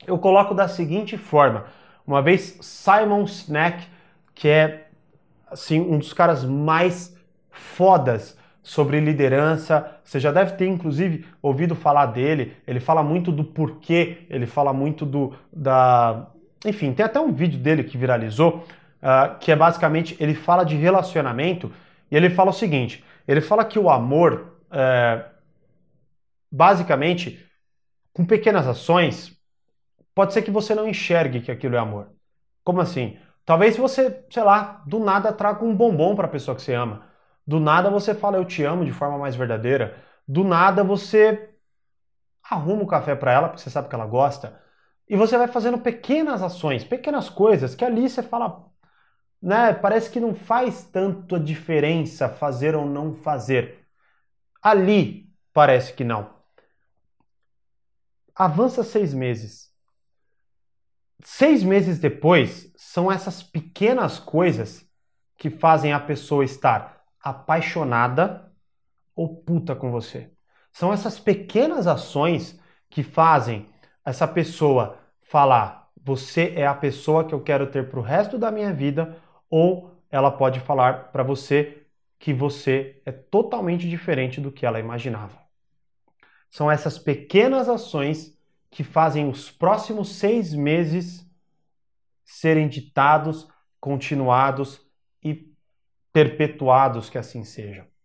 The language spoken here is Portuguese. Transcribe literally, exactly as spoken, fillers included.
Eu coloco da seguinte forma. Uma vez Simon Sinek, que é assim, um dos caras mais fodas sobre liderança, você já deve ter inclusive ouvido falar dele, ele fala muito do porquê, ele fala muito do da... Enfim, tem até um vídeo dele que viralizou, uh, que é basicamente, ele fala de relacionamento, e ele fala o seguinte, ele fala que o amor, é, basicamente, com pequenas ações, pode ser que você não enxergue que aquilo é amor. Como assim? Talvez você, sei lá, do nada traga um bombom para a pessoa que você ama. Do nada você fala eu te amo de forma mais verdadeira. Do nada você arruma o café para ela, porque você sabe que ela gosta. E você vai fazendo pequenas ações, pequenas coisas que ali você fala, né, parece que não faz tanto a diferença fazer ou não fazer. Ali parece que não. Avança seis meses. Seis meses depois, são essas pequenas coisas que fazem a pessoa estar apaixonada ou puta com você. São essas pequenas ações que fazem essa pessoa falar: você é a pessoa que eu quero ter pro resto da minha vida, ou ela pode falar para você que você é totalmente diferente do que ela imaginava. São essas pequenas ações que fazem os próximos seis meses serem ditados, continuados e perpetuados, que assim seja.